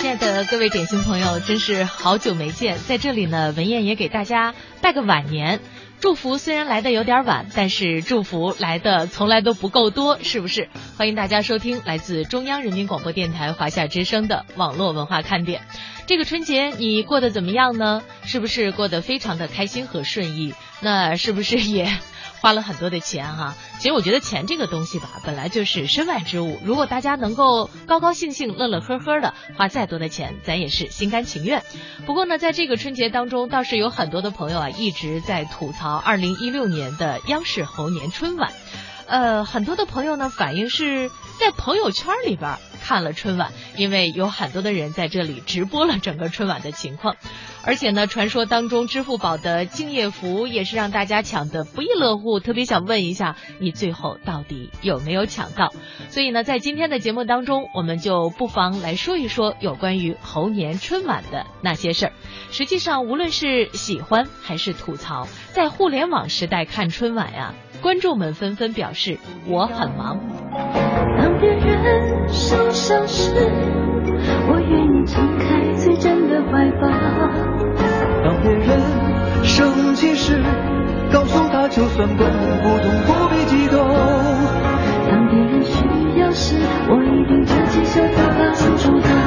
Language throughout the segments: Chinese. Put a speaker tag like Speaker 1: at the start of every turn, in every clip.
Speaker 1: 亲爱的各位点心朋友，真是好久没见，在这里呢，文燕也给大家拜个晚年。祝福虽然来的有点晚，但是祝福来的从来都不够多，是不是？欢迎大家收听来自中央人民广播电台华夏之声的网络文化看点。这个春节你过得怎么样呢？是不是过得非常的开心和顺意？那是不是也花了很多的钱哈？其实我觉得钱这个东西吧，本来就是身外之物。如果大家能够高高兴兴、乐乐呵呵的花再多的钱，咱也是心甘情愿。不过呢，在这个春节当中，倒是有很多的朋友啊一直在吐槽2016年的央视猴年春晚。很多的朋友呢反映是在朋友圈里边看了春晚，因为有很多的人在这里直播了整个春晚的情况。而且呢，传说当中支付宝的敬业福也是让大家抢得不亦乐乎，特别想问一下你最后到底有没有抢到。所以呢，在今天的节目当中，我们就不妨来说一说有关于猴年春晚的那些事儿。实际上无论是喜欢还是吐槽，在互联网时代看春晚呀，观众们纷纷表示我很忙。
Speaker 2: 当别人受伤时，我愿意敞开最真的怀抱。
Speaker 3: 当别人生气时，告诉他就算笨不懂不必激动。
Speaker 2: 当别人需要时，我一定举起手头帮助他。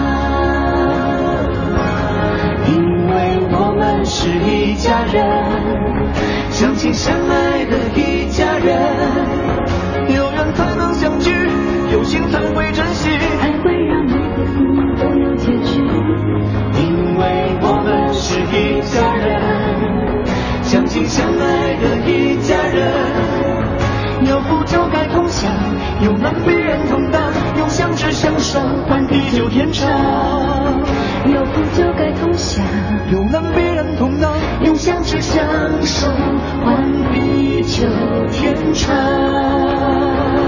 Speaker 3: 因为我们是一家人，相亲相爱的一家人，有缘才能相聚，有心才会珍惜，
Speaker 2: 爱会让每个梦都有结局。
Speaker 3: 因为我们是一家人，相亲相爱的一家人，有福就该同享，有难必然同当，用相知相守换地久天长。
Speaker 2: 有福就该同享，
Speaker 3: 有难必然同当，
Speaker 2: 用相知相守换地久天长。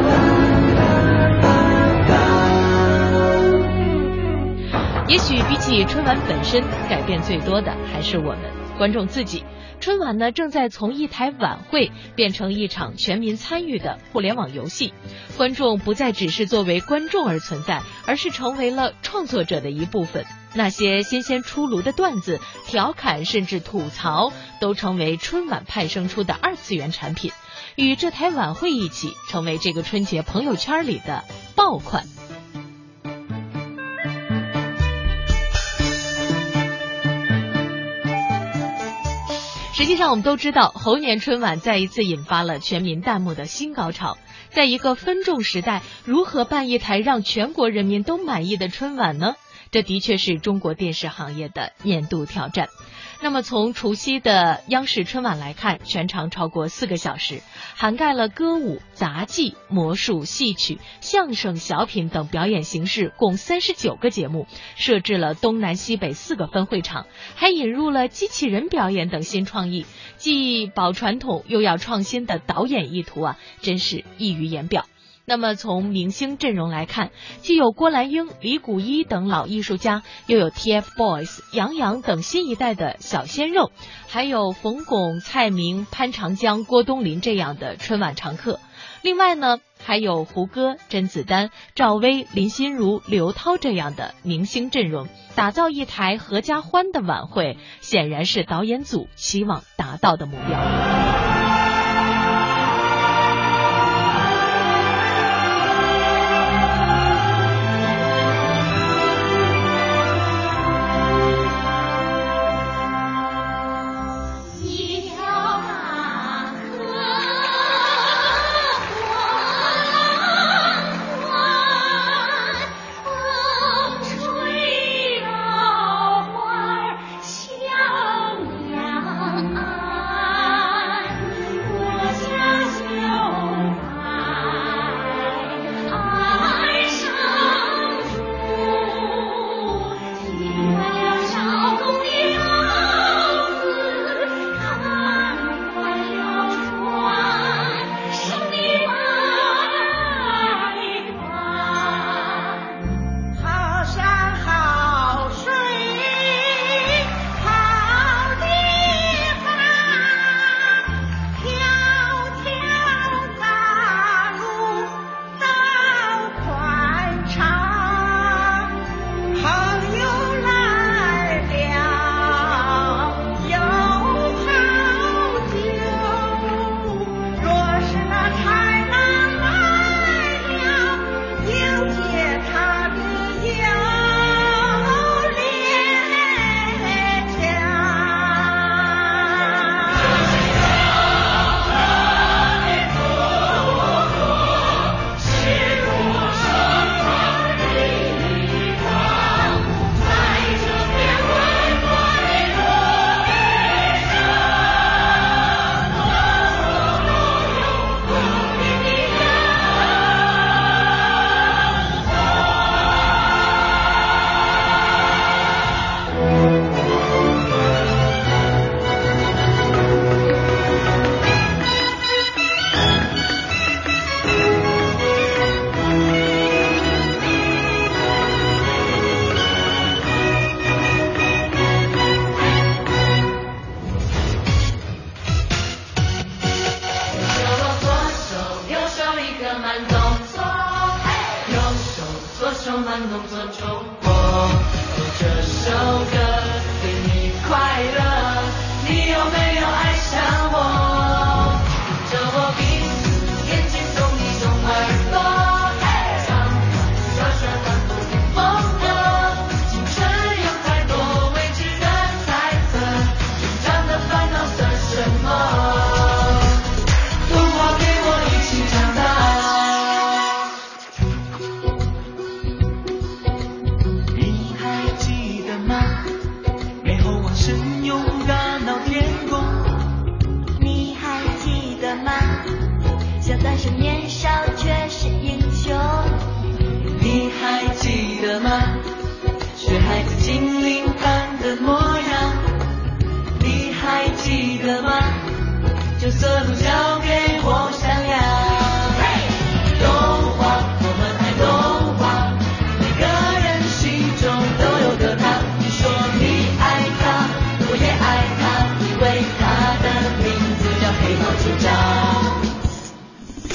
Speaker 1: 也许比起春晚本身，改变最多的还是我们观众自己。春晚呢，正在从一台晚会变成一场全民参与的互联网游戏。观众不再只是作为观众而存在，而是成为了创作者的一部分。那些新鲜出炉的段子、调侃甚至吐槽，都成为春晚派生出的二次元产品，与这台晚会一起成为这个春节朋友圈里的爆款。实际上我们都知道，猴年春晚再一次引发了全民弹幕的新高潮。在一个分众时代，如何办一台让全国人民都满意的春晚呢？这的确是中国电视行业的年度挑战。那么从除夕的央视春晚来看，全长超过4个小时，涵盖了歌舞、杂技、魔术、戏曲、相声、小品等表演形式，共39个节目，设置了东南西北4个分会场，还引入了机器人表演等新创意，既保传统又要创新的导演意图啊，真是溢于言表。那么从明星阵容来看，既有郭兰英、李谷一等老艺术家，又有 TFBOYS、杨洋等新一代的小鲜肉，还有冯巩、蔡明、潘长江、郭冬临这样的春晚常客。另外呢，还有胡歌、甄子丹、赵薇、林心如、刘涛这样的明星阵容，打造一台合家欢的晚会，显然是导演组希望达到的目标。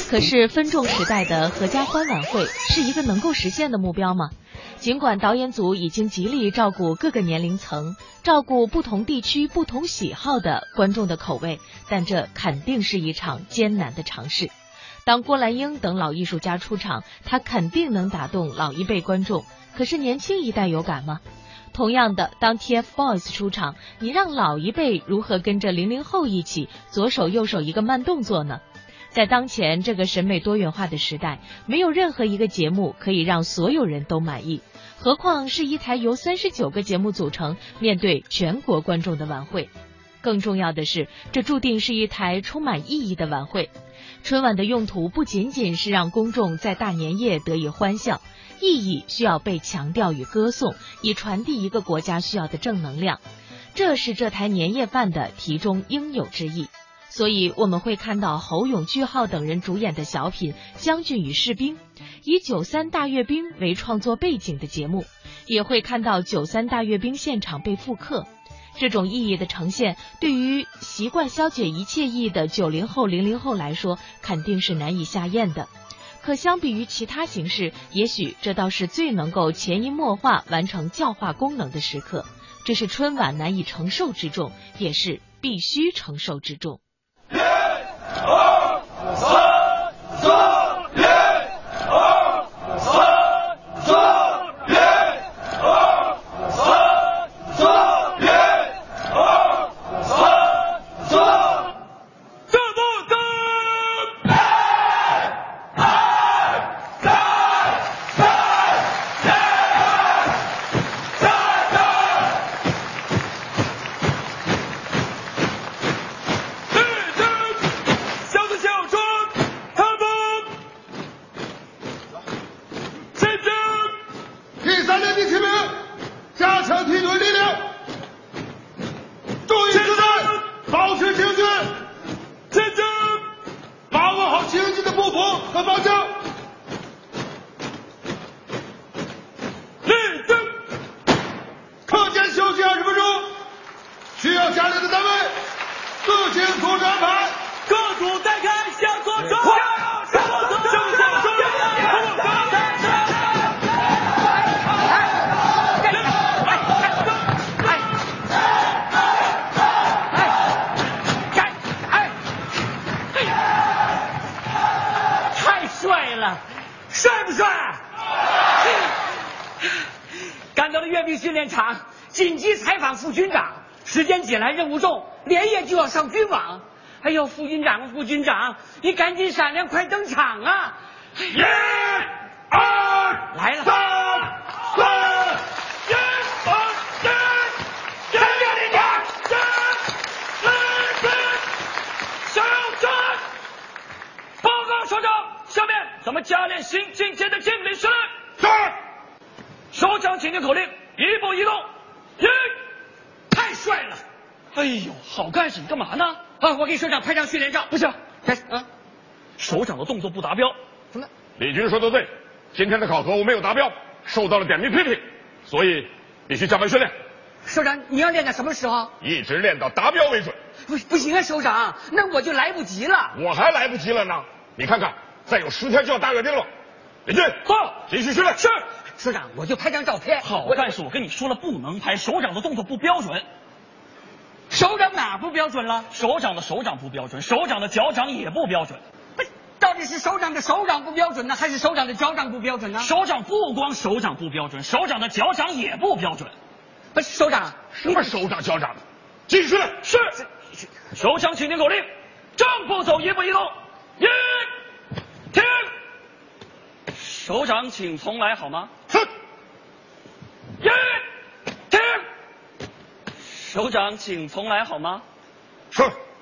Speaker 1: 可是分众时代的合家欢晚会是一个能够实现的目标吗？尽管导演组已经极力照顾各个年龄层，照顾不同地区不同喜好的观众的口味，但这肯定是一场艰难的尝试。当郭兰英等老艺术家出场，他肯定能打动老一辈观众，可是年轻一代有感吗？同样的，当 TFBOYS 出场，你让老一辈如何跟着00后一起左手右手一个慢动作呢？在当前这个审美多元化的时代，没有任何一个节目可以让所有人都满意，何况是一台由39个节目组成、面对全国观众的晚会。更重要的是，这注定是一台充满意义的晚会。春晚的用途不仅仅是让公众在大年夜得以欢笑，意义需要被强调与歌颂，以传递一个国家需要的正能量。这是这台年夜饭的题中应有之义。所以我们会看到侯勇、句号等人主演的小品《将军与士兵》，以93大阅兵为创作背景的节目，也会看到93大阅兵现场被复刻。这种意义的呈现，对于习惯消解一切意义的90后、00后来说，肯定是难以下咽的。可相比于其他形式，也许这倒是最能够潜移默化完成教化功能的时刻。这是春晚难以承受之重，也是必须承受之重。
Speaker 4: 任务重，连夜就要上军网。哎呦，副军长，你赶紧闪亮，快登场啊！1、2、来了！3、4、1、2、小军，报告首长，下面咱们加练新今天的敬礼式。是。首长请听口令，一步一动。太帅了！哎呦，好干事，你干嘛呢？啊，我给首长拍张训练照。不行，开始啊！首长的动作不达标。什么？
Speaker 5: 李军说的对，今天的考核我没有达标，受到了点名批评，所以必须加班训练。
Speaker 4: 首长，你要练到什么时候？
Speaker 5: 一直练到达标为准。
Speaker 4: 不行啊，首长，那我就来不及了。
Speaker 5: 我还来不及了呢，你看看，再有10天就要大阅兵了。李军，继续训练。
Speaker 4: 是。首长，我就拍张照片。
Speaker 6: 好干事，我跟你说了不能拍，首长的动作不标准。
Speaker 4: 首长哪不标准了？
Speaker 6: 首长的手掌不标准，首长的脚掌也不标准。
Speaker 4: 到底是首长的手掌不标准呢，还是首长的脚掌不标准呢？
Speaker 6: 首长不光手掌不标准，首长的脚掌也不标准。
Speaker 4: 不是首长，
Speaker 5: 什么手掌脚掌的？继续训练。
Speaker 6: 是。首长请听口令，正步走，一步一动。停。首长请重来好吗？
Speaker 5: 是。
Speaker 6: 停。首长请重来好吗？
Speaker 5: 是。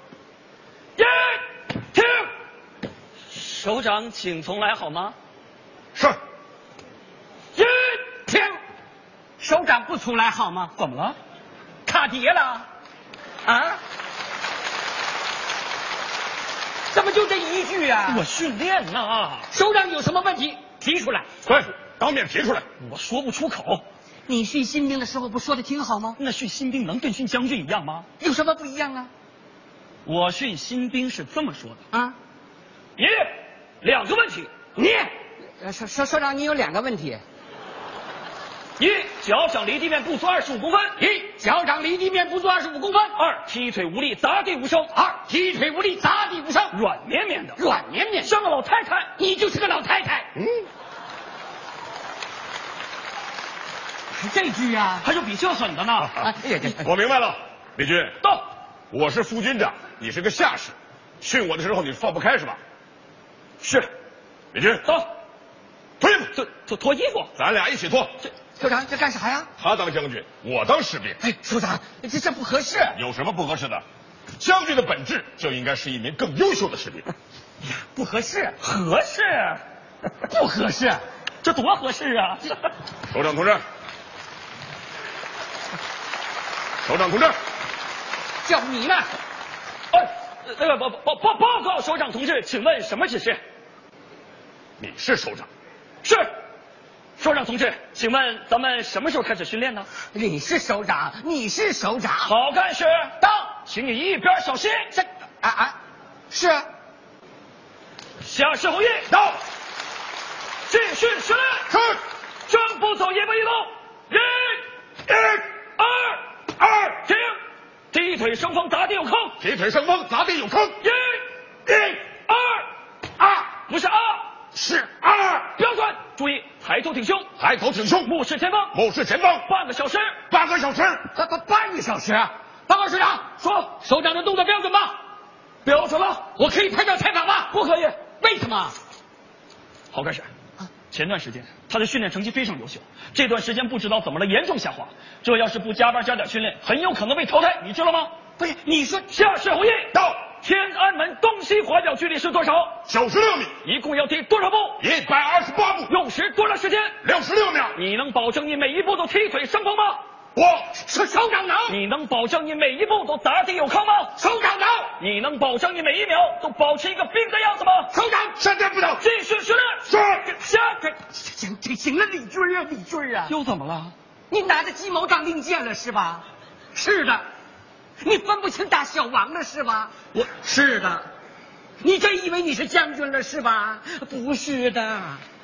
Speaker 6: 停。首长请重来好吗？
Speaker 5: 是。
Speaker 4: 停。首长不出来好吗？
Speaker 6: 怎么了？
Speaker 4: 卡碟了啊？怎么就这一句啊？
Speaker 6: 我训练呢。
Speaker 4: 首长有什么问题提出来？
Speaker 5: 对，当面提出来。
Speaker 6: 我说不出口。
Speaker 4: 你训新兵的时候不说的挺好吗？
Speaker 6: 那训新兵能跟训将军一样吗？
Speaker 4: 有什么不一样啊？
Speaker 6: 我训新兵是这么说的
Speaker 4: 啊，
Speaker 6: 你 2个问题。
Speaker 7: 你，首长，你有2个问题。
Speaker 6: 1. 脚掌离地面不足25公分。
Speaker 7: 1. 脚掌离地面不足25公分。
Speaker 6: 2. 踢腿无力，砸地无声。
Speaker 7: 2. 踢腿无力，砸地无声。
Speaker 6: 软绵绵的，
Speaker 7: 软绵绵，
Speaker 6: 像个老太太。
Speaker 7: 你就是个老太太。这句呀，
Speaker 6: 还有比这狠的呢。
Speaker 5: 我明白了，李军。
Speaker 6: 到。
Speaker 5: 我是副军长，你是个下士，训我的时候你放不开是吧？
Speaker 6: 是。
Speaker 5: 李军。
Speaker 6: 到。
Speaker 5: 脱衣服。
Speaker 6: 脱衣服。
Speaker 5: 咱俩一起脱。
Speaker 7: 首长，这干啥呀？
Speaker 5: 他当将军，我当士兵。
Speaker 7: 哎，首长，这不合适。
Speaker 5: 有什么不合适的？将军的本质就应该是一名更优秀的士兵。
Speaker 7: 哎呀，不合适。
Speaker 6: 合适。
Speaker 7: 不合适。
Speaker 6: 这多合适啊！
Speaker 5: 首长同志。首长同志。
Speaker 7: 叫你呢。
Speaker 6: 那个报告首长同志，请问什么指示？
Speaker 5: 你是首长。
Speaker 6: 是。首长同志，请问咱们什么时候开始训练呢？
Speaker 7: 你是首长，你是首长。
Speaker 6: 好干事。到，请你一边小心。
Speaker 7: 是。
Speaker 6: 下士后议。
Speaker 5: 到。
Speaker 6: 继续训练。
Speaker 5: 是。
Speaker 6: 正步走，一步一动。1、2、停。踢腿生风，砸地有坑。
Speaker 5: 踢腿生风，砸地有坑。
Speaker 6: 1、2、不是
Speaker 5: 是
Speaker 6: 2，标准。注意，抬头挺胸，
Speaker 5: 抬头挺胸，
Speaker 6: 目视前方，
Speaker 5: 目视前方。
Speaker 6: 半个小时。
Speaker 7: 半个小时。报告首长，
Speaker 6: 说，
Speaker 7: 首长的动作标准吗？
Speaker 6: 标准了。
Speaker 7: 我可以拍照采访吗？
Speaker 6: 不可以。
Speaker 7: 为什么？
Speaker 6: 好干事。前段时间他的训练成绩非常优秀，这段时间不知道怎么了严重下滑，这要是不加班加点训练，很有可能被淘汰，你知道吗？
Speaker 7: 不是，你说
Speaker 6: 下士后议。
Speaker 5: 到。
Speaker 6: 天安门东西环角距离是多少
Speaker 5: ？96米。
Speaker 6: 一共要踢多少步
Speaker 5: ？128步。
Speaker 6: 用时多长时间
Speaker 5: ？66秒。
Speaker 6: 你能保证你每一步都踢腿生风吗？
Speaker 5: 我
Speaker 7: 是首长能。
Speaker 6: 你能保证你每一步都砸地有坑吗？
Speaker 7: 首长能。
Speaker 6: 你能保证你每一秒都保持一个兵的样子吗？
Speaker 7: 首长，
Speaker 5: 现在不能。
Speaker 6: 继续训练。
Speaker 5: 是。
Speaker 6: 下。
Speaker 7: 行了，李军啊，
Speaker 6: 又怎么了？
Speaker 7: 你拿着鸡毛当令箭了是吧？是的。你分不清大小王了是吧？是的。你真以为你是将军了是吧？不是的。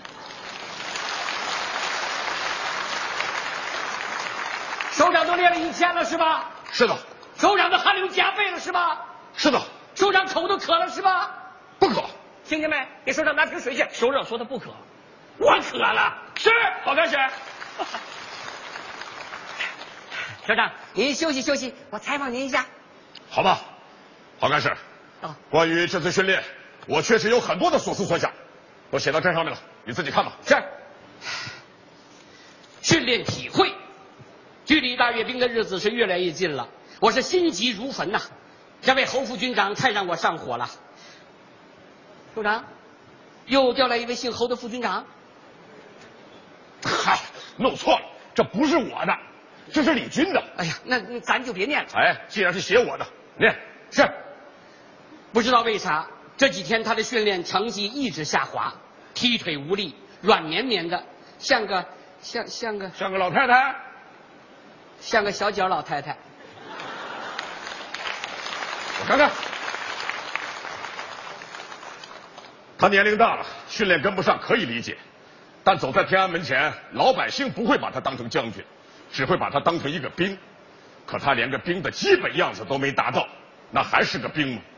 Speaker 7: 首长都练了1天了是吧？
Speaker 5: 是的。
Speaker 7: 首长的汗流浃背了是吧？
Speaker 5: 是的。
Speaker 7: 首长口都渴了是吧？
Speaker 5: 不渴。
Speaker 7: 听见没？给首长拿瓶水去。
Speaker 6: 首长说的不渴。
Speaker 7: 我渴了。
Speaker 6: 是。好干事。
Speaker 7: 首长，您休息休息，我采访您一下。
Speaker 5: 好吧，好干事。关于这次训练，我确实有很多的所思所想，都写到这上面了，你自己看吧。
Speaker 7: 是。训练体会，距离大阅兵的日子是越来越近了，我是心急如焚呐。这位侯副军长太让我上火了。首长，又调来一位姓侯的副军长。
Speaker 5: 嗨，弄错了，这不是我的。这是李军的。
Speaker 7: 哎呀，那咱就别念了。
Speaker 5: 哎，既然是写我的，念。
Speaker 7: 是。不知道为啥这几天他的训练成绩一直下滑，踢腿无力，软绵绵的，像个
Speaker 5: 老太太，
Speaker 7: 像个小脚老太太。
Speaker 5: 我看看，他年龄大了，训练跟不上可以理解，但走在天安门前，老百姓不会把他当成将军，只会把他当成一个兵。可他连个兵的基本样子都没达到，那还是个兵吗？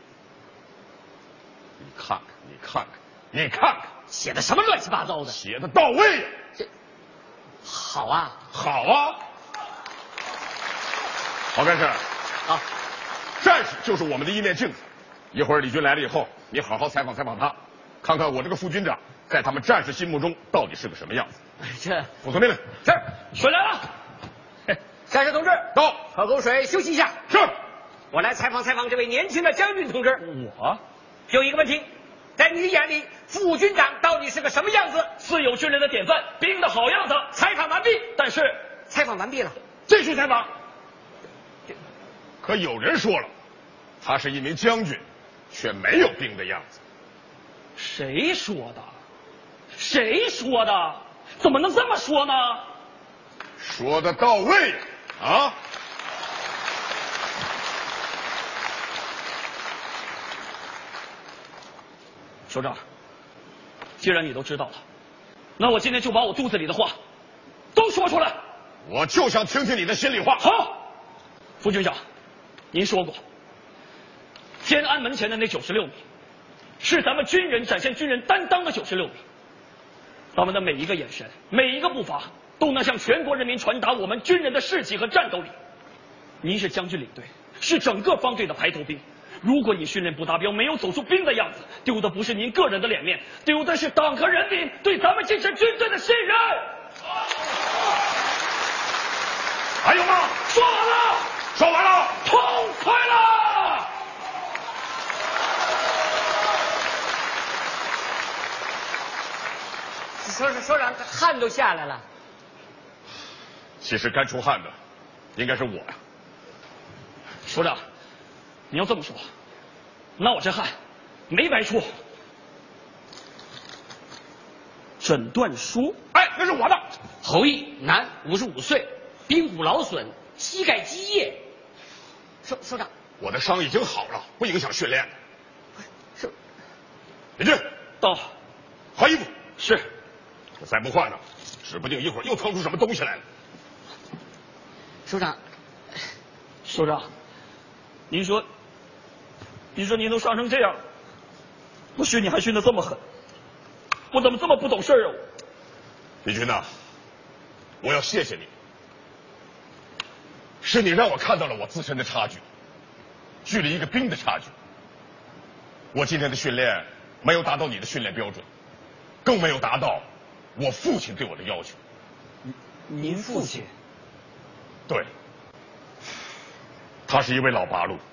Speaker 5: 你看看，
Speaker 7: 写的什么乱七八糟的？
Speaker 5: 写的到位呀！
Speaker 7: 好啊，
Speaker 5: 好干事。啊，战士就是我们的一面镜子。一会儿李军来了以后，你好好采访采访他，看看我这个副军长在他们战士心目中到底是个什么样子。
Speaker 7: 这
Speaker 5: 服从命令。
Speaker 6: 是。水来了。
Speaker 7: 战士同志，
Speaker 5: 到。
Speaker 7: 喝口水，休息一下。
Speaker 5: 是。
Speaker 7: 我来采访采访这位年轻的将军同志。
Speaker 6: 我
Speaker 7: 就一个问题，在你的眼里，副军长到底是个什么样子？
Speaker 6: 自有训练的典范，兵的好样子。
Speaker 7: 采访完毕。
Speaker 6: 但是
Speaker 7: 采访完毕了，
Speaker 5: 继续采访。可有人说了，他是一名将军，却没有兵的样子。
Speaker 6: 谁说的？谁说的？怎么能这么说呢？
Speaker 5: 说的到位呀！啊！
Speaker 6: 首长， 既然你都知道了，那我今天就把我肚子里的话都说出来。
Speaker 5: 我就想听听你的心里话。
Speaker 6: 好，副军长，您说过，天安门前的那96米，是咱们军人展现军人担当的96米。咱们的每一个眼神，每一个步伐，都能向全国人民传达我们军人的士气和战斗力。您是将军领队，是整个方队的排头兵。如果你训练不达标，没有走出兵的样子，丢的不是您个人的脸面，丢的是党和人民对咱们这支军队的信任。
Speaker 5: 还有吗？
Speaker 6: 说完了，
Speaker 5: 说完了，
Speaker 6: 痛快了。
Speaker 7: 首长，汗都下来了。
Speaker 5: 其实该出汗的应该是我呀。
Speaker 6: 首长，你要这么说，那我这汗没白出。诊断书，
Speaker 5: 哎，那是我的。
Speaker 7: 侯毅，男，55岁，髌骨劳损，膝盖积液。首长，
Speaker 5: 我的伤已经好了，不影响训练。李军，
Speaker 6: 到，
Speaker 5: 换衣服。
Speaker 6: 是。
Speaker 5: 再不换呢，指不定一会儿又腾出什么东西来了。
Speaker 7: 首长，
Speaker 6: 您说您都伤成这样，我训你还训得这么狠，我怎么这么不懂事啊？
Speaker 5: 李军呐，我要谢谢你，是你让我看到了我自身的差距，距离一个兵的差距。我今天的训练没有达到你的训练标准，更没有达到我父亲对我的要求。
Speaker 6: 您父亲？
Speaker 5: 对，他是一位老八路。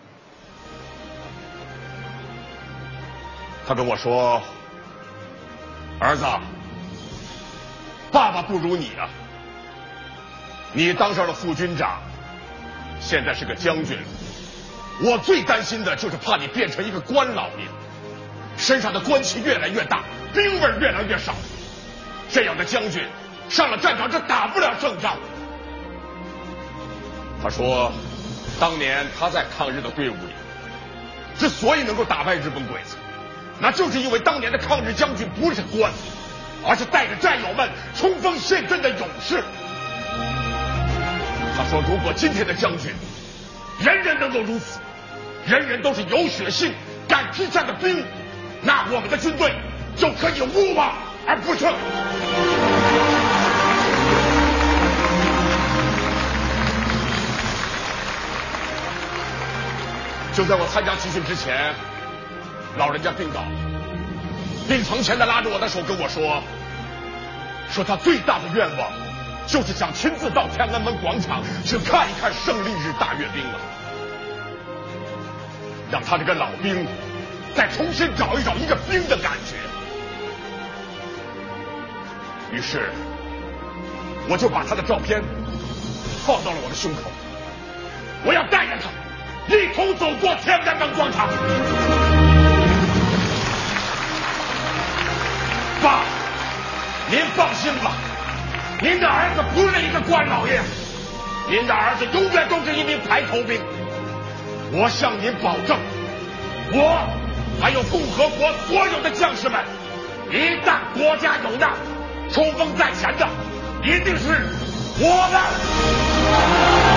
Speaker 5: 他跟我说：“儿子，爸爸不如你啊！你当上了副军长，现在是个将军，我最担心的就是怕你变成一个官老爷，身上的官气越来越大，兵味越来越少。这样的将军上了战场，这打不了胜仗。”他说，当年他在抗日的队伍里，之所以能够打败日本鬼子，那就是因为当年的抗日将军不是官，而是带着战友们冲锋陷阵的勇士。他说，如果今天的将军人人能够如此，人人都是有血性敢批战的兵，那我们的军队就可以无往而不胜。就在我参加集训之前，老人家病倒，病床前的拉着我的手跟我说他最大的愿望就是想亲自到天安门广场去看一看胜利日大阅兵了，让他这个老兵再重新找一找一个兵的感觉。于是我就把他的照片放到了我的胸口，我要带着他一同走过天安门广场。爸，您放心吧，您的儿子不是一个官老爷，您的儿子永远都是一名排头兵。我向您保证，我还有共和国所有的将士们，一旦国家有难，冲锋在前的一定是我们。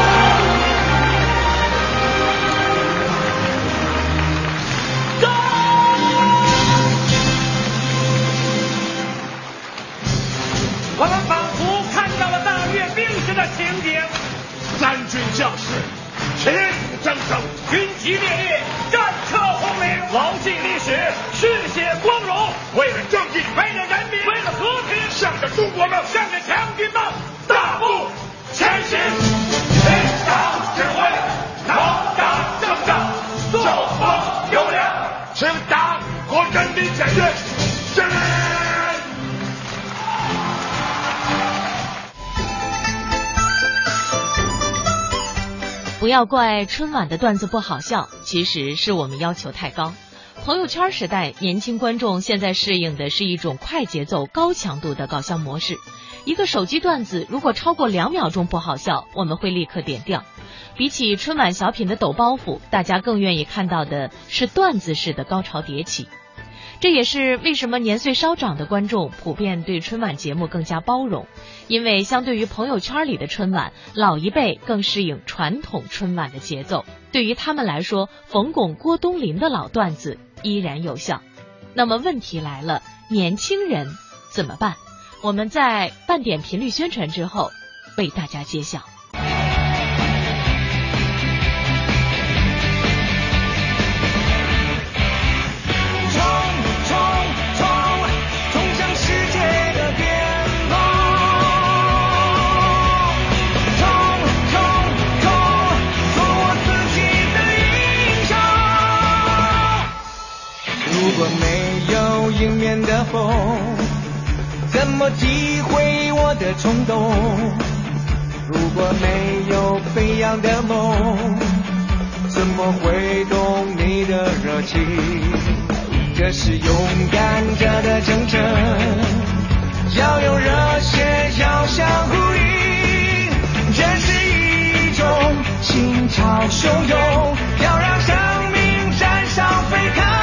Speaker 4: 我们仿佛看到了大阅兵时的情景，
Speaker 5: 三军将士铁骨铮铮，
Speaker 4: 军旗烈烈，战车轰鸣，牢记历史，续写光荣，
Speaker 5: 为了正义，
Speaker 4: 为了人民，为了和平，
Speaker 5: 向着中国们，
Speaker 4: 向着强军们
Speaker 5: 大步前行。
Speaker 4: 领导指挥，能打胜仗，作风优良，
Speaker 5: 请党和人民检阅，敬礼。
Speaker 1: 不要怪春晚的段子不好笑，其实是我们要求太高。朋友圈时代，年轻观众现在适应的是一种快节奏、高强度的搞笑模式。一个手机段子如果超过2秒钟不好笑，我们会立刻点掉。比起春晚小品的抖包袱，大家更愿意看到的是段子式的高潮迭起。 这也是为什么年岁稍长的观众普遍对春晚节目更加包容，因为相对于朋友圈里的春晚，老一辈更适应传统春晚的节奏。对于他们来说，冯巩、郭冬临的老段子依然有效。那么问题来了，年轻人怎么办？我们在半点频率宣传之后为大家揭晓。
Speaker 3: 如果没有迎面的风，怎么体会我的冲动？如果没有飞扬的梦，怎么会懂你的热情？这是勇敢者的征程，要用热血要相呼应，这是一种心潮汹涌，要让生命燃烧飞腾。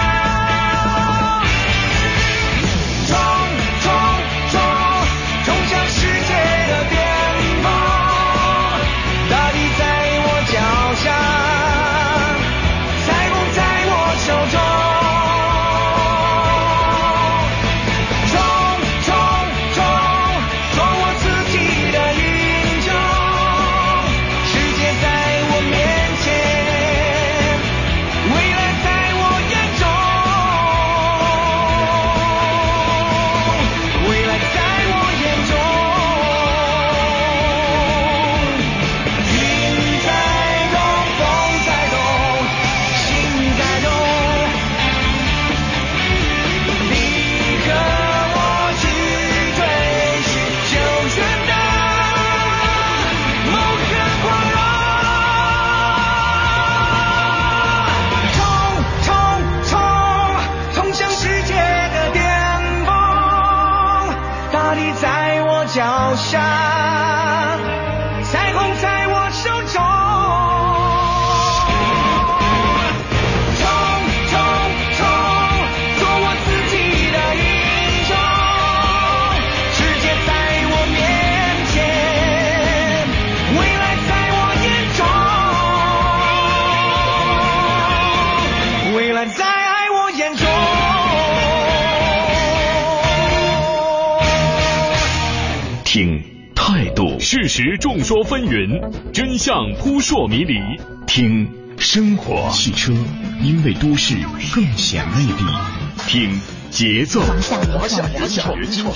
Speaker 8: 听态度，事实众说纷纭，真相扑朔迷离。听生活，汽车因为都市更显魅力。听节奏，华夏原创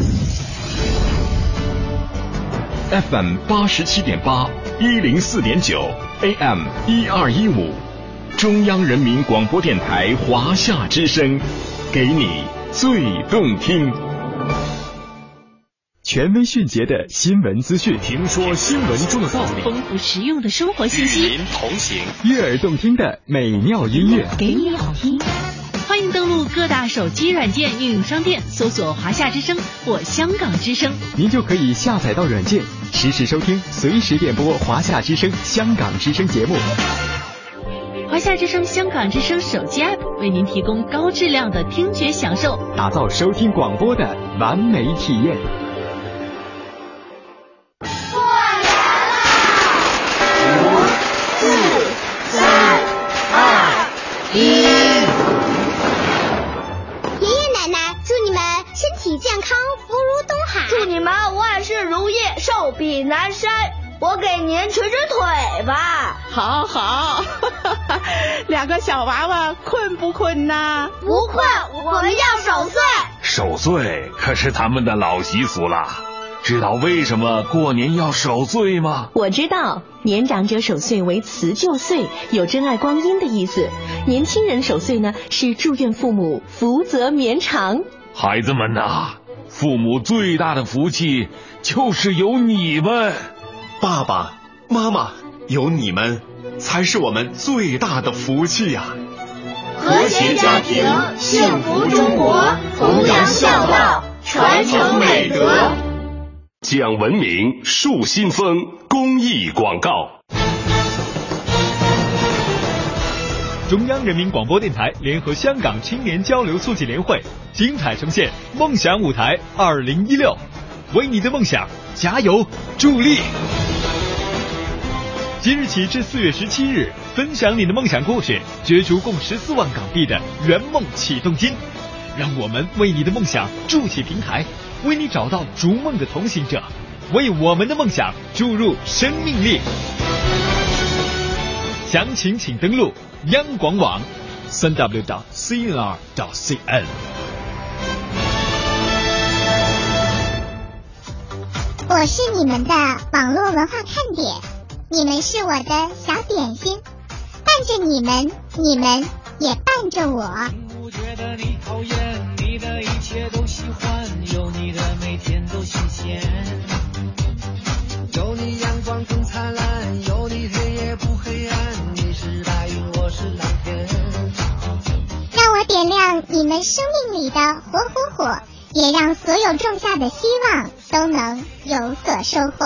Speaker 8: FM 87.8 104.9 AM 1215，中央人民广播电台华夏之声，给你最动听。权威迅捷的新闻资讯，评说新闻重要道理，
Speaker 1: 丰富实用的生活信息，
Speaker 8: 与您同行，悦耳动听的美妙音乐，
Speaker 1: 给你好听。欢迎登录各大手机软件应用商店，搜索华夏之声或香港之声，
Speaker 8: 您就可以下载到软件，实时收听，随时点播华夏之声、香港之声节目。
Speaker 1: 华夏之声、香港之声手机 App 为您提供高质量的听觉享受，
Speaker 8: 打造收听广播的完美体验。
Speaker 9: 爷爷奶奶，祝你们身体健康，福如东海。
Speaker 10: 祝你们万事如意，寿比南山。我给您捶捶腿吧。
Speaker 11: 好好两个小娃娃困不困呢？
Speaker 10: 不困，我们要守岁。
Speaker 12: 守岁可是咱们的老习俗了。知道为什么过年要守岁吗？
Speaker 13: 我知道，年长者守岁为辞旧岁，有珍爱光阴的意思。年轻人守岁呢，是祝愿父母福泽绵长。
Speaker 12: 孩子们呐，父母最大的福气就是有你们。
Speaker 14: 爸爸妈妈，有你们才是我们最大的福气呀！
Speaker 10: 和谐家庭，幸福中国，弘扬孝道，传承美德。
Speaker 8: 讲文明，树新风，公益广告。
Speaker 15: 中央人民广播电台联合香港青年交流促进联会精彩呈现梦想舞台2016，为你的梦想加油助力。即日起至4月17日，分享你的梦想故事，角逐共14万港币的圆梦启动金。让我们为你的梦想筑起平台，为你找到逐梦的同行者，为我们的梦想注入生命力。详情请登录央广网3w.cnr.cn。
Speaker 9: 我是你们的网络文化看点，你们是我的小点心，伴着你们，你们也伴着我。
Speaker 3: 不觉得你讨厌，你的一切都喜欢，有你的每天都新鲜，有你阳光更灿烂，有你黑夜不黑暗，你是白云，我是蓝天。
Speaker 9: 让我点亮你们生命里的火火火，也让所有种下的希望都能有所收获。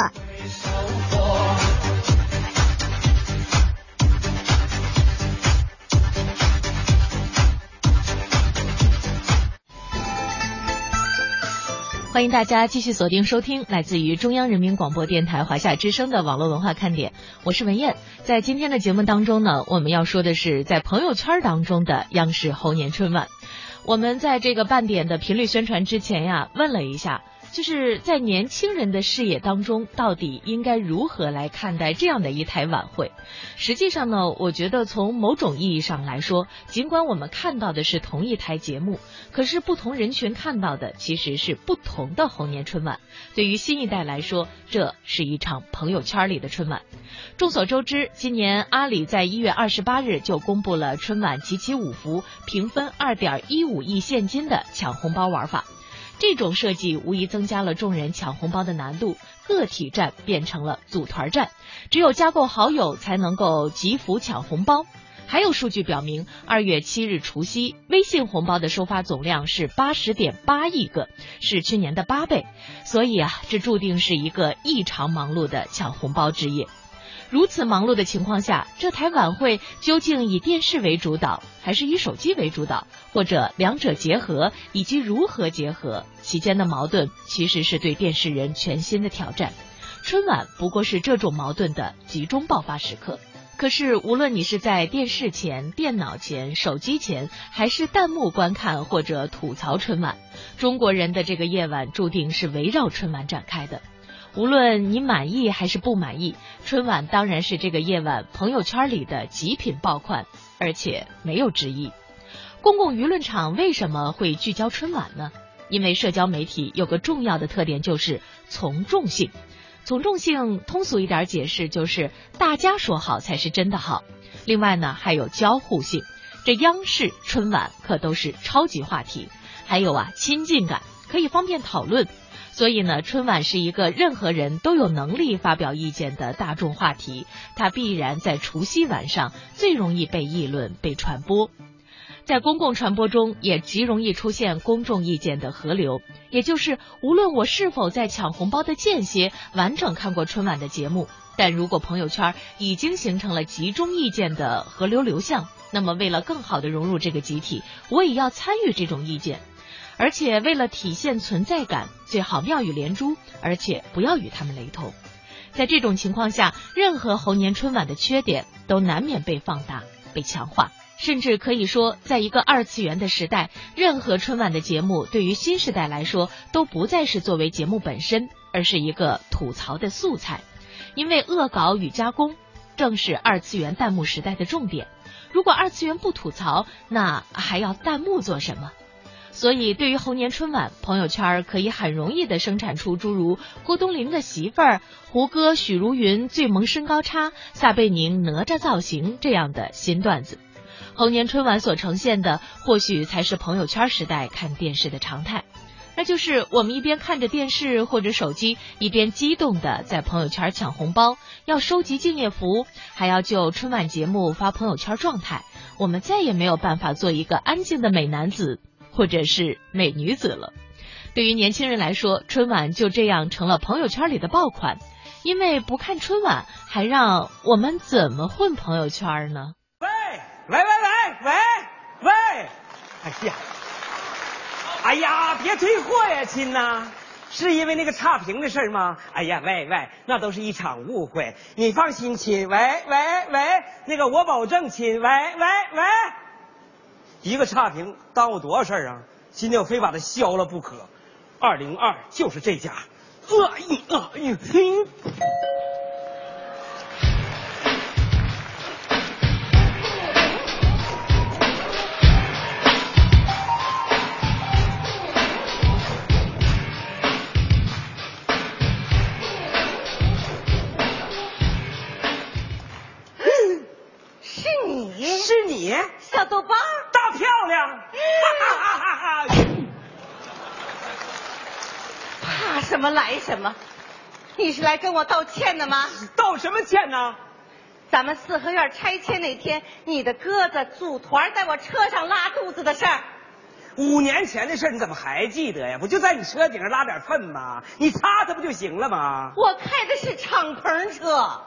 Speaker 1: 欢迎大家继续锁定收听来自于中央人民广播电台华夏之声的网络文化看点，我是文燕。在今天的节目当中呢，我们要说的是在朋友圈当中的央视猴年春晚。我们在这个半点的频率宣传之前呀，问了一下，就是在年轻人的视野当中，到底应该如何来看待这样的一台晚会？实际上呢，我觉得从某种意义上来说，尽管我们看到的是同一台节目，可是不同人群看到的其实是不同的猴年春晚。对于新一代来说，这是一场朋友圈里的春晚。众所周知，今年阿里在1月28日就公布了春晚集齐5福平分2.15亿现金的抢红包玩法。这种设计无疑增加了众人抢红包的难度，个体战变成了组团战，只有加够好友才能够集福抢红包。还有数据表明，2月7日除夕，微信红包的收发总量是80.8亿个，是去年的8倍。所以这注定是一个异常忙碌的抢红包之夜。如此忙碌的情况下，这台晚会究竟以电视为主导，还是以手机为主导，或者两者结合，以及如何结合，其间的矛盾其实是对电视人全新的挑战。春晚不过是这种矛盾的集中爆发时刻。可是无论你是在电视前、电脑前、手机前，还是弹幕观看或者吐槽春晚，中国人的这个夜晚注定是围绕春晚展开的。无论你满意还是不满意，春晚当然是这个夜晚朋友圈里的极品爆款，而且没有之一。公共舆论场为什么会聚焦春晚呢？因为社交媒体有个重要的特点，就是从众性。从众性通俗一点解释就是大家说好才是真的好。另外呢，还有交互性，这央视春晚可都是超级话题，还有亲近感，可以方便讨论。所以呢，春晚是一个任何人都有能力发表意见的大众话题，它必然在除夕晚上最容易被议论、被传播。在公共传播中也极容易出现公众意见的河流，也就是无论我是否在抢红包的间歇完整看过春晚的节目，但如果朋友圈已经形成了集中意见的河流流向，那么为了更好地融入这个集体，我也要参与这种意见。而且为了体现存在感，最好妙语连珠，而且不要与他们雷同。在这种情况下，任何猴年春晚的缺点都难免被放大、被强化，甚至可以说，在一个二次元的时代，任何春晚的节目对于新时代来说都不再是作为节目本身，而是一个吐槽的素材。因为恶搞与加工正是二次元弹幕时代的重点。如果二次元不吐槽，那还要弹幕做什么？所以对于猴年春晚，朋友圈可以很容易地生产出诸如郭冬临的媳妇儿、胡歌许茹芸最萌身高差、撒贝宁哪吒造型这样的新段子。猴年春晚所呈现的或许才是朋友圈时代看电视的常态，那就是我们一边看着电视或者手机，一边激动地在朋友圈抢红包，要收集敬业福，还要就春晚节目发朋友圈状态。我们再也没有办法做一个安静的美男子或者是美女子了。对于年轻人来说，春晚就这样成了朋友圈里的爆款，因为不看春晚还让我们怎么混朋友圈呢？
Speaker 16: 喂， 哎呀，别退货呀，亲呐！是因为那个差评的事儿吗？哎呀，喂，那都是一场误会。你放心，亲。喂，那个我保证，亲。喂，一个差评耽误多少事儿啊？今天我非把它消了不可。202就是这家。是你，
Speaker 17: 小豆包，
Speaker 16: 大漂亮，
Speaker 17: 怕什么来什么？你是来跟我道歉的吗？
Speaker 16: 道什么歉呢？
Speaker 17: 咱们四合院拆迁那天，你的鸽子组团在我车上拉肚子的事儿。
Speaker 16: 5年前的事你怎么还记得呀？不就在你车顶上拉点粪吗？你擦它不就行了吗？
Speaker 17: 我开的是敞篷车。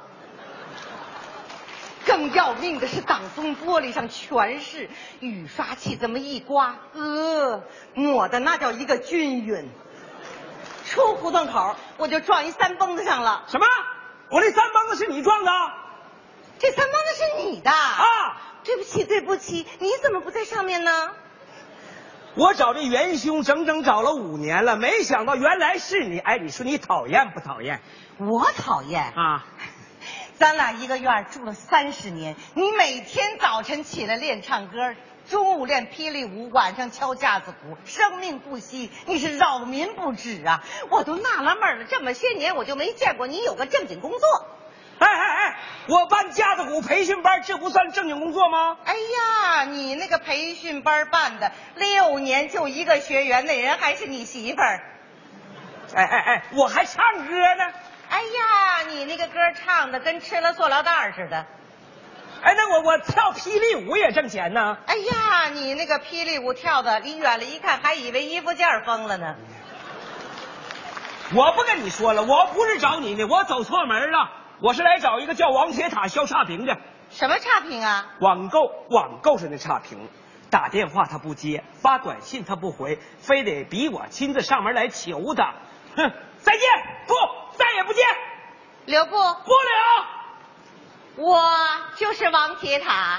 Speaker 17: 更要命的是，挡风玻璃上全是，雨刷器这么一刮，抹的那叫一个均匀。出胡同口我就撞一3蹦子上了。
Speaker 16: 什么？我那3蹦子是你撞的？
Speaker 17: 这3蹦子是你的啊？对不起，你怎么不在上面呢？
Speaker 16: 我找这元凶整整找了5年了，没想到原来是你。哎，你说你讨厌不讨厌？
Speaker 17: 我讨厌
Speaker 16: 啊！
Speaker 17: 咱俩一个院住了30年，你每天早晨起来练唱歌，中午练霹雳舞，晚上敲架子鼓，生命不息，你是扰民不止啊！我都纳了闷了，这么些年我就没见过你有个正经工作。
Speaker 16: 哎，我办架子鼓培训班，这不算正经工作吗？
Speaker 17: 哎呀，你那个培训班办的6年就一个学员，那人还是你媳妇儿。
Speaker 16: 哎，我还唱歌呢。
Speaker 17: 哎呀，你那个歌唱的跟吃了塑料袋似的。
Speaker 16: 哎，那我跳霹雳舞也挣钱呢。
Speaker 17: 哎呀，你那个霹雳舞跳的，离远了一看还以为衣服件疯了呢。
Speaker 16: 我不跟你说了，我不是找你呢，我走错门了。我是来找一个叫王铁塔消差评的。
Speaker 17: 什么差评啊？
Speaker 16: 网购上的差评，打电话他不接，发短信他不回，非得逼我亲自上门来求他。哼，再见，不，再也不见。
Speaker 17: 留步，不
Speaker 16: 留。
Speaker 17: 我就是王铁塔。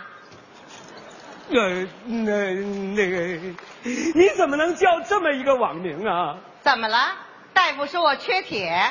Speaker 16: 那个，你怎么能叫这么一个网名啊？
Speaker 17: 怎么了？大夫说我缺铁。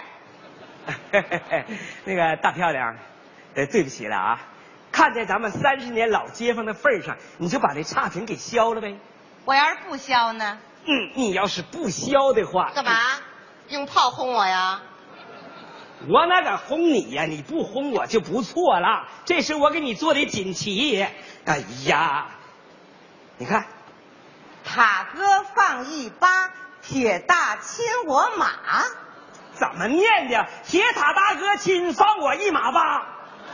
Speaker 16: 那个大漂亮，对不起了啊！看在咱们30年老街坊的份上，你就把这差评给消了呗。
Speaker 17: 我要是不消呢？
Speaker 16: 你要是不消的话，
Speaker 17: 干嘛？用炮轰我呀？
Speaker 16: 我哪敢轰你呀？你不轰我就不错了。这是我给你做的锦旗。哎呀，你看，
Speaker 17: 塔哥放一巴，铁大亲我马。
Speaker 16: 怎么念的？铁塔大哥亲放我1马8。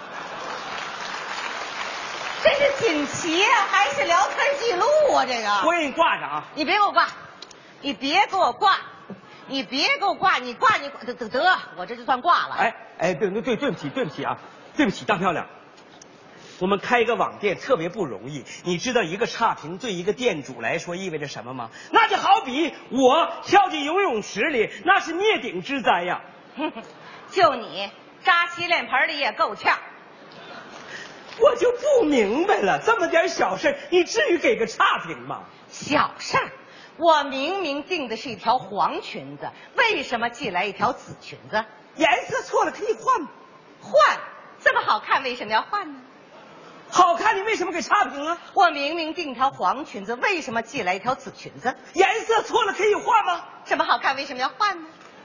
Speaker 17: 这是锦旗还是聊天记录啊？这个
Speaker 16: 我给你挂上啊！
Speaker 17: 你别给我挂，你别给我挂，你挂得，我这就算挂了。
Speaker 16: 哎，对不起啊，对不起大漂亮。我们开一个网店特别不容易，你知道一个差评对一个店主来说意味着什么吗？那就好比我跳进游泳池里，那是灭顶之灾呀。
Speaker 17: 就你扎洗脸盆里也够呛。
Speaker 16: 我就不明白了，这么点小事你至于给个差评吗？
Speaker 17: 小事儿，我明明订的是一条黄裙子，为什么寄来一条紫裙子？
Speaker 16: 颜色错了可以换吗？
Speaker 17: 换，这么好看为什么要换呢？
Speaker 16: 好看你为什么给差评啊？
Speaker 17: 我明明订条黄裙子，为什么寄来一条紫裙子？
Speaker 16: 颜色错了可以换吗？
Speaker 17: 这么好看为什么要换呢？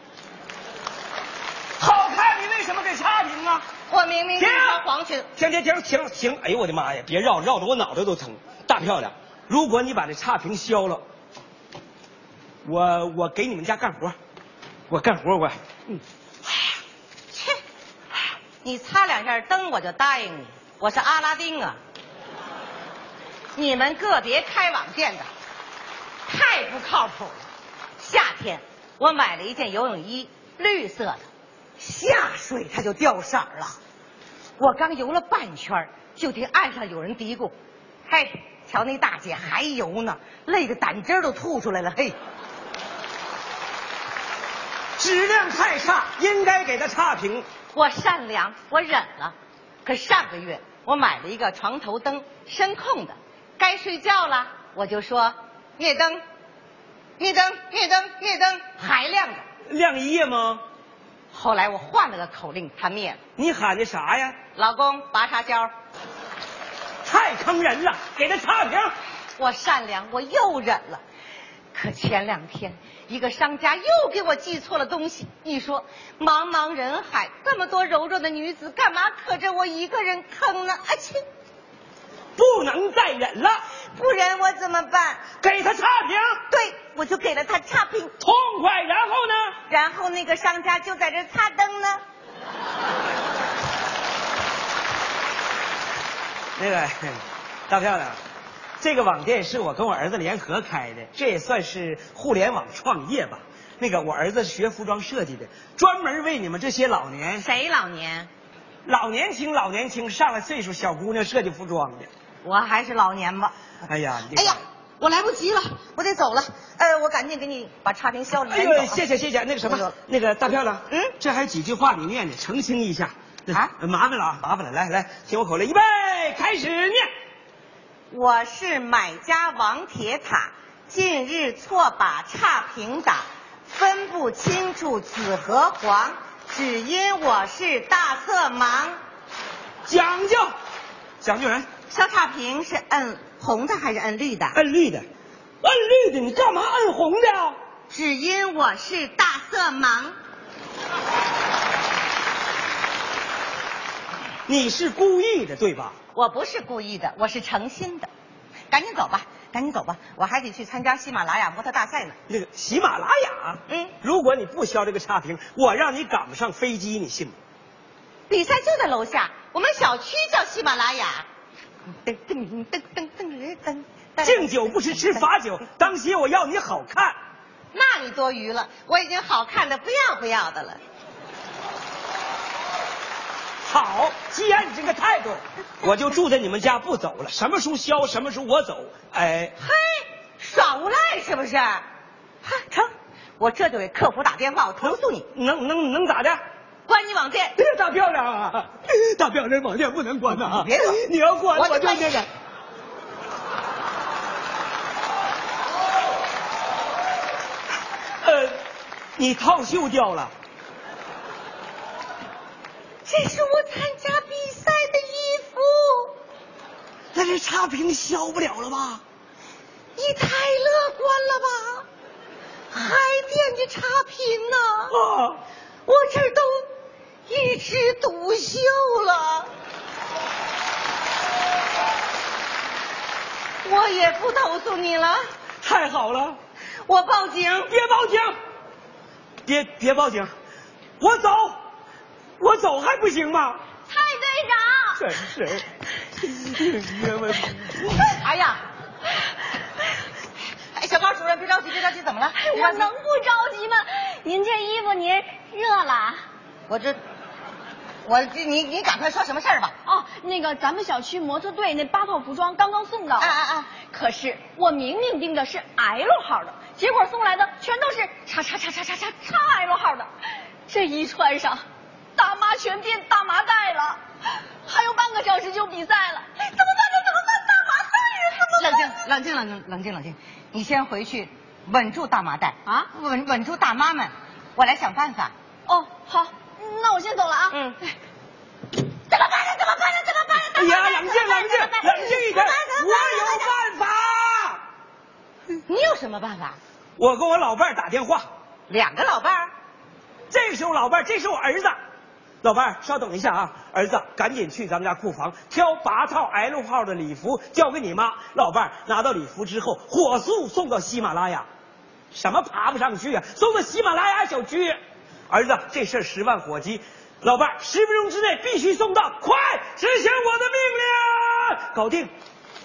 Speaker 16: 好看你为什么给差评啊？
Speaker 17: 我明明订条黄裙。
Speaker 16: 停！哎呦我的妈呀！别绕得我脑袋都疼。大漂亮，如果你把这差评消了，我给你们家干活，我。
Speaker 17: 切！你擦2下灯我就答应你。我是阿拉丁啊！你们个别开网店的太不靠谱了。夏天我买了一件游泳衣，绿色的，下水它就掉色了。我刚游了半圈，就听岸上有人嘀咕：“嘿， 瞧那大姐还游呢，累个胆汁都吐出来了。嘿，
Speaker 16: 质量太差，应该给他差评。
Speaker 17: 我善良，我忍了。可上个月我买了一个床头灯，声控的，该睡觉了我就说灭灯，灭灯，灭灯，灭灯，还亮着。
Speaker 16: 亮一夜吗？
Speaker 17: 后来我换了个口令，它灭了。
Speaker 16: 你喊的啥呀？
Speaker 17: 老公拔插销。
Speaker 16: 太坑人了，给他差评。
Speaker 17: 我善良，我又忍了。可前2天一个商家又给我寄错了东西。你说茫茫人海，这么多柔弱的女子，干嘛可着我一个人坑呢？啊切！
Speaker 16: 不能再忍了，
Speaker 17: 不忍我怎么办？
Speaker 16: 给他差评。
Speaker 17: 对，我就给了他差评。
Speaker 16: 痛快。然后呢？
Speaker 17: 然后那个商家就在这擦灯呢。
Speaker 16: 那个大漂亮，这个网店是我跟我儿子联合开的，这也算是互联网创业吧。那个我儿子学服装设计的，专门为你们这些老年。
Speaker 17: 谁老年？
Speaker 16: 老年轻上了岁数小姑娘设计服装的。
Speaker 17: 我还是老年吧。
Speaker 16: 哎呀，
Speaker 17: 哎呀，我来不及了，我得走了。我赶紧给你把差评消了。
Speaker 16: 哎呦，谢谢。那个什么，那个大漂亮，这还几句话你念念，澄清一下。
Speaker 17: 啊，
Speaker 16: 麻烦了，来，听我口令，预备，开始念。
Speaker 17: 我是买家王铁塔，近日错把差评打，分不清楚紫和黄，只因我是大色盲。
Speaker 16: 讲究人。
Speaker 17: 消差评是摁红的还是摁绿的？
Speaker 16: 摁绿的，你干嘛摁红的？
Speaker 17: 只因我是大色盲。
Speaker 16: 你是故意的对吧？
Speaker 17: 我不是故意的，我是诚心的。赶紧走吧，我还得去参加喜马拉雅模特大赛呢。
Speaker 16: 那个喜马拉雅，如果你不消这个差评，我让你赶不上飞机，你信吗？
Speaker 17: 比赛就在楼下，我们小区叫喜马拉雅。
Speaker 16: 敬酒不吃罚酒，当心我要你好看。
Speaker 17: 那你多余了，我已经好看的不要的了。
Speaker 16: 好，既然你这个态度，我就住在你们家不走了。什么时候消，什么时候我走。哎，
Speaker 17: 嘿，耍无赖是不是？成，我这就给客服打电话，我投诉你。
Speaker 16: 能咋的？
Speaker 17: 关你网店。
Speaker 16: 大漂亮啊，大漂亮，网店不能关呐。
Speaker 17: 别走，
Speaker 16: 你要关我就那个。你套袖掉了。
Speaker 17: 这是我参加比赛的衣服。
Speaker 16: 那这差评消不了了吧？
Speaker 17: 你太乐观了吧？还惦记差评呢？我这儿都一枝独秀了。我也不投诉你了。
Speaker 16: 太好了，
Speaker 17: 我报警。
Speaker 16: 别报警，别报警，我走还不行吗？
Speaker 17: 蔡
Speaker 16: 队长，真是，
Speaker 17: 哎呀，小高主任，别着急，怎么了？
Speaker 18: 我能不着急吗？您这衣服您热了？
Speaker 17: 你赶快说什么事儿吧？
Speaker 18: 哦，那个咱们小区模特队那8套服装刚刚送到。可是我明明订的是 L 号的，结果送来的全都是XXL 号的，这一穿上，大妈全变大麻袋了。还有半个小时就比赛了，怎么办？大麻袋呀！
Speaker 17: 冷静，你先回去稳住大麻袋啊，稳住大妈们，我来想办法。
Speaker 18: 哦，好，那我先走了啊。
Speaker 17: 怎么办呢？
Speaker 16: 哎呀，冷静一点，我有办法。
Speaker 17: 你有什么办法？
Speaker 16: 我跟我老伴打电话。
Speaker 17: 2个老伴儿？
Speaker 16: 这个是我老伴儿，这是我儿子。老伴儿，稍等一下啊，儿子，赶紧去咱们家库房挑8套 L 号的礼服，交给你妈。老伴儿拿到礼服之后，火速送到喜马拉雅。什么爬不上去啊？送到喜马拉雅小区。儿子，这事儿10万火急，老伴儿10分钟之内必须送到，快执行我的命令！搞定。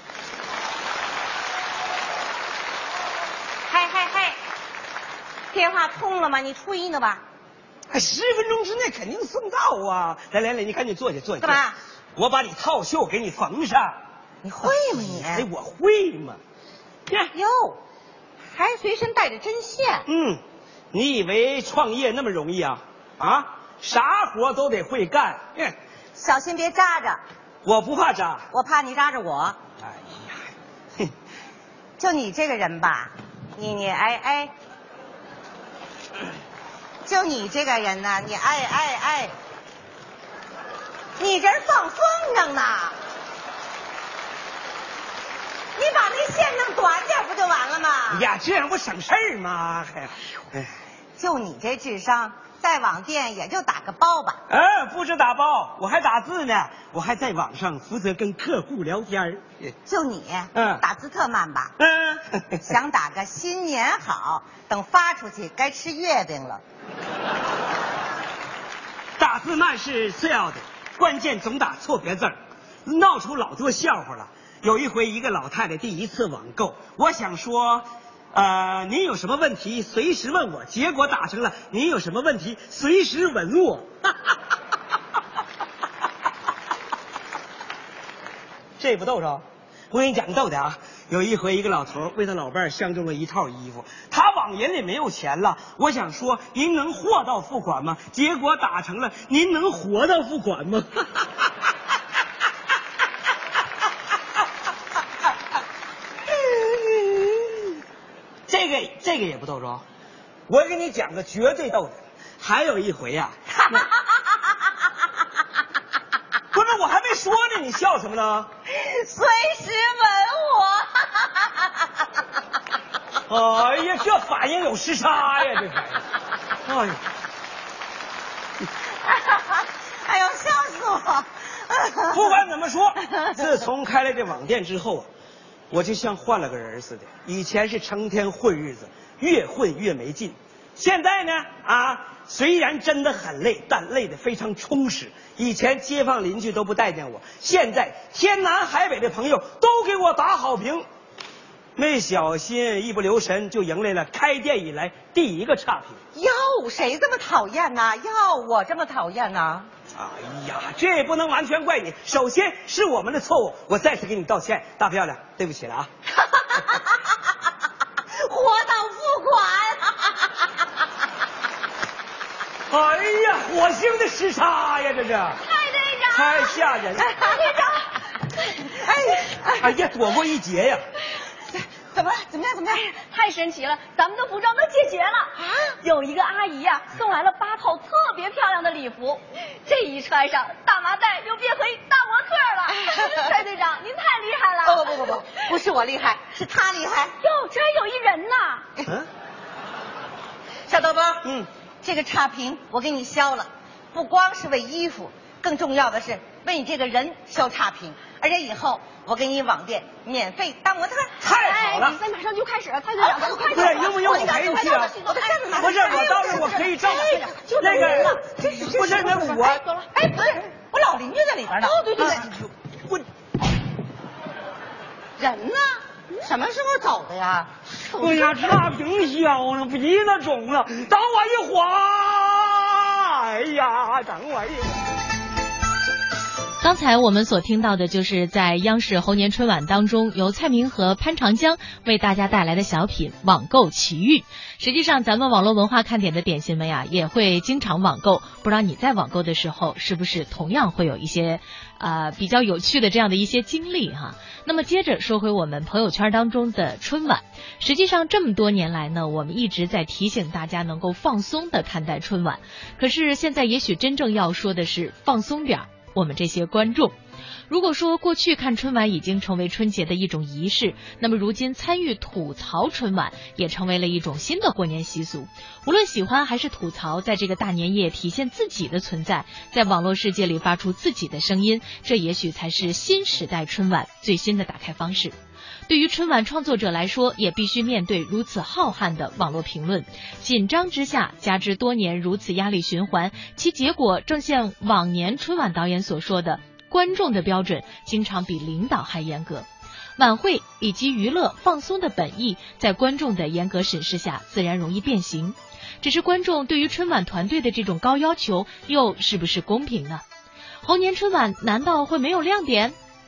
Speaker 17: 嘿，电话通了吗？你吹呢吧
Speaker 16: ？10分钟之内肯定送到啊！来，你赶紧坐下。
Speaker 17: 干嘛？
Speaker 16: 我把你套袖给你缝上。
Speaker 17: 你会吗你？
Speaker 16: 哎，我会吗？
Speaker 17: 哟，还随身带着针线。
Speaker 16: 你以为创业那么容易啊？啊，啥活都得会干。
Speaker 17: 小心别扎着。
Speaker 16: 我不怕扎，
Speaker 17: 我怕你扎着我。
Speaker 16: 哎呀，
Speaker 17: 就你这个人吧，你哎，就你这个人呢，你哎，你这放风筝呢。你把那线弄短点不就完了吗？
Speaker 16: 呀，这样不省事儿吗？
Speaker 17: 就你这智商，在网店也就打个包吧。
Speaker 16: 不止打包，我还打字呢，我还在网上负责跟客户聊天。
Speaker 17: 就你，打字特慢吧？想打个新年好，等发出去该吃月饼了。
Speaker 16: 打字慢是次要的，关键总打错别字儿，闹出老多笑话了。有一回，一个老太太第一次网购，我想说，您有什么问题随时问我，结果打成了您有什么问题随时吻我。这不逗着？我跟你讲个逗的啊！有一回，一个老头为他老伴儿相中了一套衣服，他网银里没有钱了，我想说您能货到付款吗？结果打成了您能活到付款吗？这个也不逗着，我给你讲个绝对逗的。还有一回呀，不是我还没说呢，你笑什么呢？
Speaker 17: 随时吻
Speaker 16: 我。哎呀，这反应有时差呀，这反应。哎呀，
Speaker 17: 哎呦，笑死我！
Speaker 16: 不管怎么说，自从开了这网店之后啊，我就像换了个人似的。以前是成天混日子，越混越没劲。现在呢，虽然真的很累，但累得非常充实。以前街坊邻居都不待见我，现在天南海北的朋友都给我打好评。没小心，一不留神就迎来了开店以来第一个差评。
Speaker 17: 哟，谁这么讨厌呢？我这么讨厌呢？
Speaker 16: 哎呀，这也不能完全怪你。首先是我们的错误，我再次给你道歉，大漂亮，对不起了啊。
Speaker 17: 活到付
Speaker 16: 款。哎呀，火星的时差呀，这是。
Speaker 18: 蔡队长。
Speaker 16: 太吓人了。
Speaker 18: 蔡队长。
Speaker 16: 哎呀，躲过一劫呀。
Speaker 17: 怎么样？
Speaker 18: 太神奇了，咱们的服装都解决了啊！有一个阿姨呀，送来了8套特别漂亮的礼服，这一穿上，大麻袋就变回大模特了。蔡队长，您太厉害了！
Speaker 17: 不是我厉害，是他厉害。
Speaker 18: 哟，这还有一人呢。
Speaker 17: 小豆包，这个差评我给你消了，不光是为衣服，更重要的是为你这个人消差评。而且以后我给你网店免费当模特。
Speaker 16: 太好了！
Speaker 18: 比赛马上就开始了，蔡队长，咱们快
Speaker 16: 点！对，用不用我陪你去啊？不是，我到时候我可以照那个，不是那我
Speaker 17: 走了。哎，不是，我老邻居在里边呢。
Speaker 18: 对，
Speaker 16: 我
Speaker 17: 人呢？什么时候走的呀？
Speaker 16: 哎呀，差评消呢，鼻子肿了，等我一会儿。哎呀，等我一会儿。
Speaker 1: 刚才我们所听到的就是在央视猴年春晚当中，由蔡明和潘长江为大家带来的小品《网购奇遇》。实际上咱们网络文化看点的点心们呀，也会经常网购，不知道你在网购的时候是不是同样会有一些比较有趣的这样的一些经历哈。那么接着说回我们朋友圈当中的春晚，实际上这么多年来呢，我们一直在提醒大家能够放松的看待春晚，可是现在也许真正要说的是放松点我们这些观众。如果说过去看春晚已经成为春节的一种仪式，那么如今参与吐槽春晚也成为了一种新的过年习俗。无论喜欢还是吐槽，在这个大年夜体现自己的存在，在网络世界里发出自己的声音，这也许才是新时代春晚最新的打开方式。对于春晚创作者来说，也必须面对如此浩瀚的网络评论，紧张之下加之多年如此压力循环，其结果正像往年春晚导演所说的，观众的标准经常比领导还严格。晚会以及娱乐放松的本意，在观众的严格审视下自然容易变形。只是观众对于春晚团队的这种高要求又是不是公平呢？猴年春晚难道会没有亮点？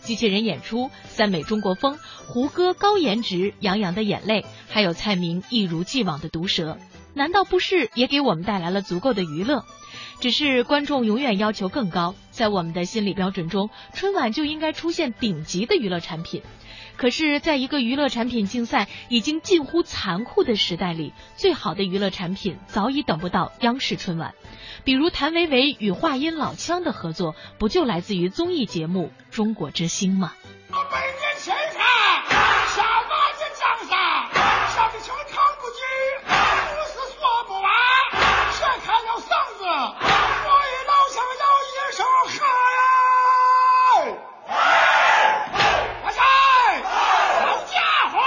Speaker 1: 机器人演出、三美中国风、胡歌高颜值、杨洋的眼泪，还有蔡明一如既往的毒舌，难道不是也给我们带来了足够的娱乐？只是观众永远要求更高，在我们的心理标准中，春晚就应该出现顶级的娱乐产品。可是在一个娱乐产品竞赛已经近乎残酷的时代里，最好的娱乐产品早已等不到央视春晚。比如谭维维与话音老腔的合作，不就来自于综艺节目《中国之星》吗？
Speaker 3: 百年前看下马的江山，上的球扛不举，故事说不完，谁看了嗓子，我也老想要一首歌呀！大家好家伙！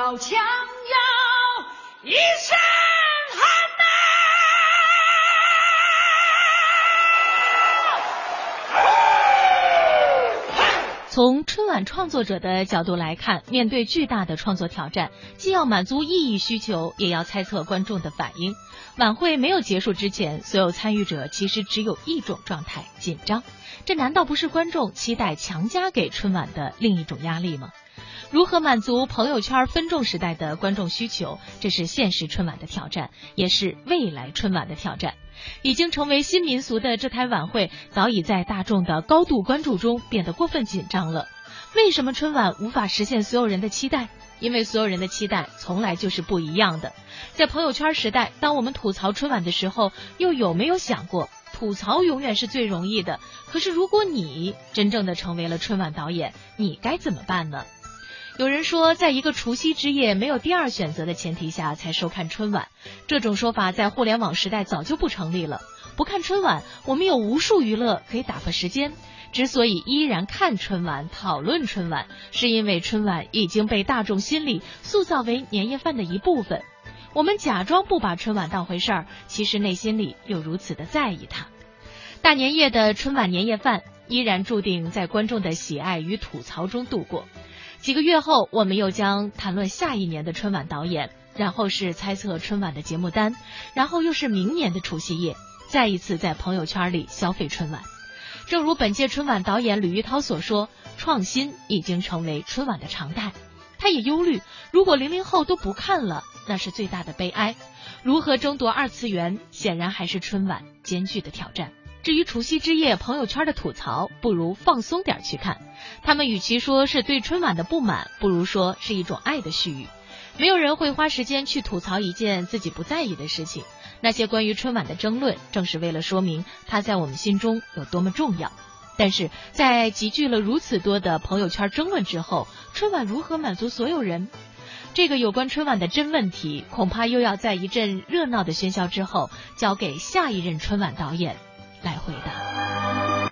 Speaker 10: 好强摇一声喊
Speaker 1: 从春晚创作者的角度来看，面对巨大的创作挑战，既要满足意义需求，也要猜测观众的反应。晚会没有结束之前，所有参与者其实只有一种状态：紧张。这难道不是观众期待强加给春晚的另一种压力吗？如何满足朋友圈分众时代的观众需求，这是现实春晚的挑战，也是未来春晚的挑战。已经成为新民俗的这台晚会，早已在大众的高度关注中变得过分紧张了。为什么春晚无法实现所有人的期待？因为所有人的期待从来就是不一样的。在朋友圈时代，当我们吐槽春晚的时候，又有没有想过，吐槽永远是最容易的，可是如果你真正的成为了春晚导演，你该怎么办呢？有人说，在一个除夕之夜没有第二选择的前提下才收看春晚，这种说法在互联网时代早就不成立了。不看春晚，我们有无数娱乐可以打发时间。之所以依然看春晚、讨论春晚，是因为春晚已经被大众心里塑造为年夜饭的一部分。我们假装不把春晚当回事儿，其实内心里又如此的在意它。大年夜的春晚年夜饭依然注定在观众的喜爱与吐槽中度过。几个月后，我们又将谈论下一年的春晚导演，然后是猜测春晚的节目单，然后又是明年的除夕夜，再一次在朋友圈里消费春晚。正如本届春晚导演吕玉涛所说，创新已经成为春晚的常态。他也忧虑，如果00后都不看了，那是最大的悲哀。如何争夺二次元，显然还是春晚艰巨的挑战。至于除夕之夜朋友圈的吐槽，不如放松点去看。他们与其说是对春晚的不满，不如说是一种爱的絮语。没有人会花时间去吐槽一件自己不在意的事情。那些关于春晚的争论，正是为了说明它在我们心中有多么重要。但是在集聚了如此多的朋友圈争论之后，春晚如何满足所有人？这个有关春晚的真问题，恐怕又要在一阵热闹的喧嚣之后，交给下一任春晚导演来回答。